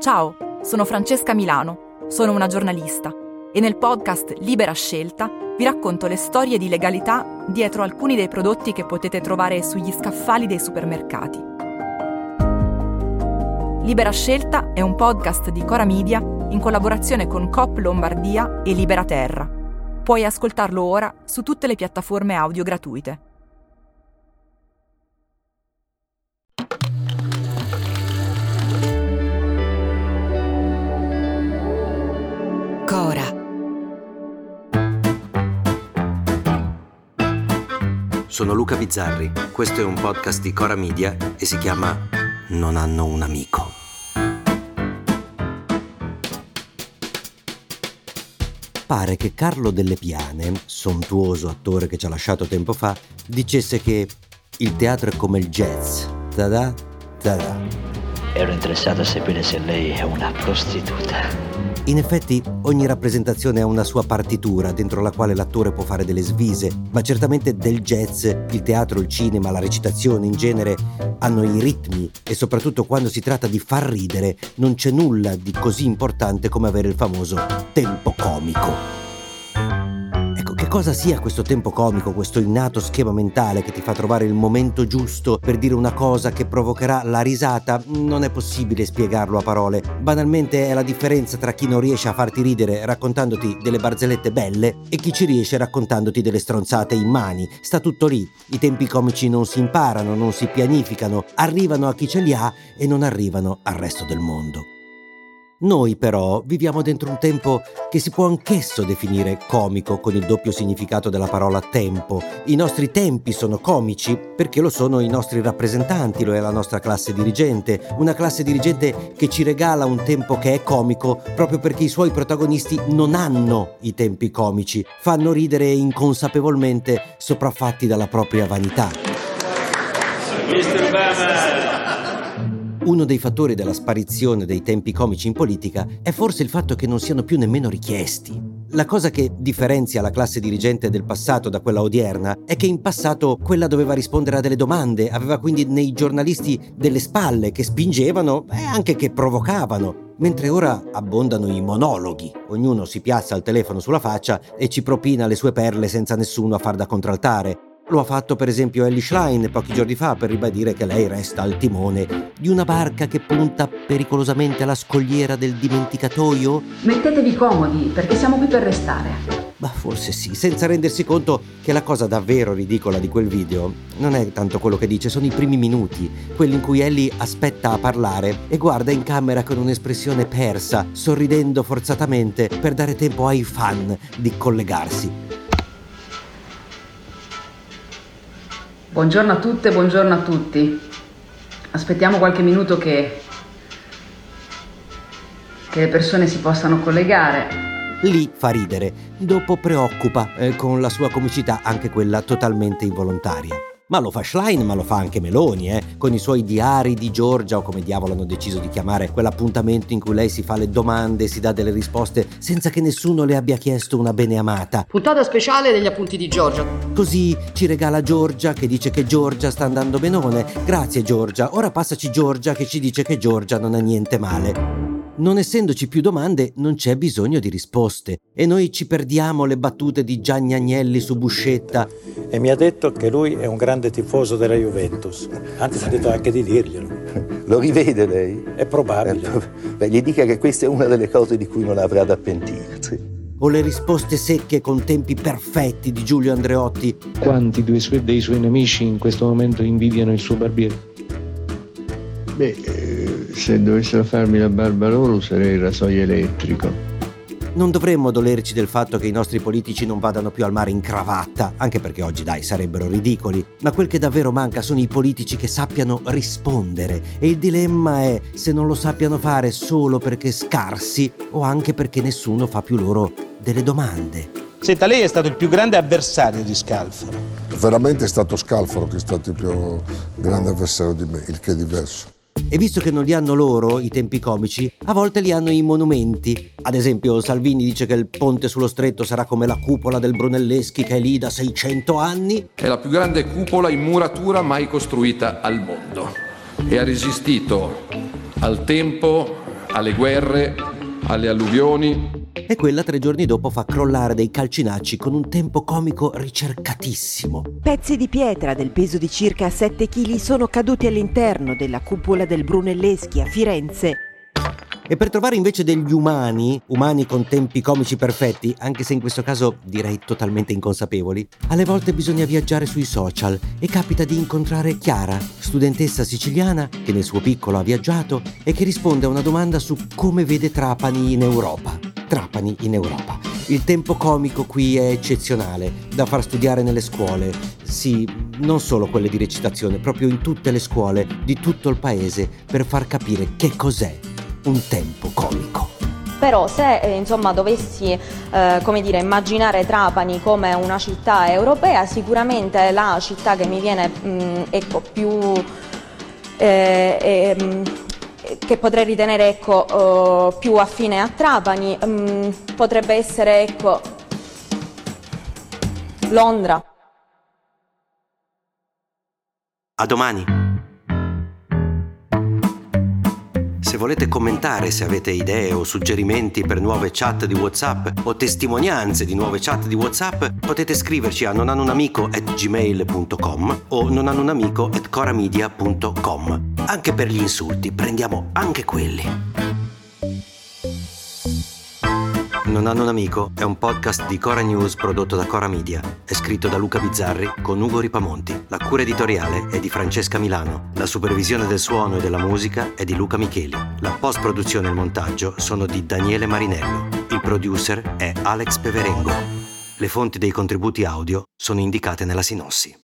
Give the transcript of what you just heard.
Ciao, sono Francesca Milano, sono una giornalista e nel podcast Libera Scelta vi racconto le storie di legalità dietro alcuni dei prodotti che potete trovare sugli scaffali dei supermercati. Libera Scelta è un podcast di Cora Media in collaborazione con Coop Lombardia e Libera Terra. Puoi ascoltarlo ora su tutte le piattaforme audio gratuite. Cora. Sono Luca Bizzarri, questo è un podcast di Cora Media e si chiama Non hanno un amico. Pare che Carlo Delle Piane, sontuoso attore che ci ha lasciato tempo fa, dicesse che il teatro è come il jazz. Ta-da, ta-da. Ero interessato a sapere se lei è una prostituta. In effetti, ogni rappresentazione ha una sua partitura dentro la quale l'attore può fare delle svise, ma certamente del jazz, il teatro, il cinema, la recitazione in genere hanno i ritmi e soprattutto quando si tratta di far ridere non c'è nulla di così importante come avere il famoso tempo comico. Ecco, che cosa sia questo tempo comico, questo innato schema mentale che ti fa trovare il momento giusto per dire una cosa che provocherà la risata, non è possibile spiegarlo a parole. Banalmente è la differenza tra chi non riesce a farti ridere raccontandoti delle barzellette belle e chi ci riesce raccontandoti delle stronzate immani. Sta tutto lì. I tempi comici non si imparano, non si pianificano, arrivano a chi ce li ha e non arrivano al resto del mondo. Noi però viviamo dentro un tempo che si può anch'esso definire comico con il doppio significato della parola tempo. I nostri tempi sono comici perché lo sono i nostri rappresentanti, lo è la nostra classe dirigente, una classe dirigente che ci regala un tempo che è comico proprio perché i suoi protagonisti non hanno i tempi comici, fanno ridere inconsapevolmente sopraffatti dalla propria vanità. Uno dei fattori della sparizione dei tempi comici in politica è forse il fatto che non siano più nemmeno richiesti. La cosa che differenzia la classe dirigente del passato da quella odierna è che in passato quella doveva rispondere a delle domande, aveva quindi nei giornalisti delle spalle che spingevano e anche che provocavano, mentre ora abbondano i monologhi. Ognuno si piazza il telefono sulla faccia e ci propina le sue perle senza nessuno a far da contraltare. Lo ha fatto per esempio Elly Schlein pochi giorni fa per ribadire che lei resta al timone di una barca che punta pericolosamente alla scogliera del dimenticatoio. Mettetevi comodi perché siamo qui per restare. Ma forse sì, senza rendersi conto che la cosa davvero ridicola di quel video non è tanto quello che dice, sono i primi minuti, quelli in cui Elly aspetta a parlare e guarda in camera con un'espressione persa, sorridendo forzatamente per dare tempo ai fan di collegarsi. Buongiorno a tutte, buongiorno a tutti. Aspettiamo qualche minuto che le persone si possano collegare. Lì fa ridere, dopo preoccupa con la sua comicità, anche quella totalmente involontaria. Ma lo fa Schlein, ma lo fa anche Meloni, con i suoi diari di Giorgia, o come diavolo hanno deciso di chiamare quell'appuntamento in cui lei si fa le domande e si dà delle risposte senza che nessuno le abbia chiesto una beneamata. Puntata speciale degli appunti di Giorgia. Così ci regala Giorgia che dice che Giorgia sta andando benone. Grazie Giorgia, ora passaci Giorgia che ci dice che Giorgia non ha niente male. Non essendoci più domande, non c'è bisogno di risposte e noi ci perdiamo le battute di Gianni Agnelli su Buscetta. E mi ha detto che lui è un grande tifoso della Juventus. Anzi, mi ha detto anche di dirglielo. Lo rivede lei? È probabile. Beh, gli dica che questa è una delle cose di cui non avrà da pentirsi. O le risposte secche con tempi perfetti di Giulio Andreotti. Quanti dei suoi nemici in questo momento invidiano il suo barbiere? Se dovessero farmi la barba loro userei il rasoio elettrico. Non dovremmo dolerci del fatto che i nostri politici non vadano più al mare in cravatta, anche perché oggi sarebbero ridicoli, ma quel che davvero manca sono i politici che sappiano rispondere e il dilemma è se non lo sappiano fare solo perché scarsi o anche perché nessuno fa più loro delle domande. Senta, lei è stato il più grande avversario di Scalfaro. Veramente è stato Scalfaro che è stato il più grande avversario di me, il che è diverso. E visto che non li hanno loro i tempi comici, a volte li hanno i monumenti. Ad esempio Salvini dice che il ponte sullo stretto sarà come la cupola del Brunelleschi che è lì da 600 anni. È la più grande cupola in muratura mai costruita al mondo e ha resistito al tempo alle guerre, alle alluvioni. E quella 3 giorni dopo fa crollare dei calcinacci con un tempo comico ricercatissimo. Pezzi di pietra del peso di circa 7 kg sono caduti all'interno della cupola del Brunelleschi a Firenze. E per trovare invece degli umani con tempi comici perfetti, anche se in questo caso direi totalmente inconsapevoli, alle volte bisogna viaggiare sui social e capita di incontrare Chiara, studentessa siciliana che nel suo piccolo ha viaggiato e che risponde a una domanda su come vede Trapani in Europa. Trapani in Europa. Il tempo comico qui è eccezionale, da far studiare nelle scuole. Sì, non solo quelle di recitazione, proprio in tutte le scuole di tutto il paese, per far capire che cos'è un tempo comico. Però se dovessi immaginare Trapani come una città europea, sicuramente la città che mi viene che potrei ritenere più affine a Trapani potrebbe essere Londra. A domani. Se volete commentare, se avete idee o suggerimenti per nuove chat di WhatsApp o testimonianze di nuove chat di WhatsApp, potete scriverci a nonhanunamico@gmail.com o nonhanunamico@coramedia.com. Anche per gli insulti, prendiamo anche quelli. Non hanno un amico è un podcast di Cora News prodotto da Cora Media. È scritto da Luca Bizzarri con Ugo Ripamonti. La cura editoriale è di Francesca Milano. La supervisione del suono e della musica è di Luca Micheli. La post-produzione e il montaggio sono di Daniele Marinello. Il producer è Alex Peverengo. Le fonti dei contributi audio sono indicate nella sinossi.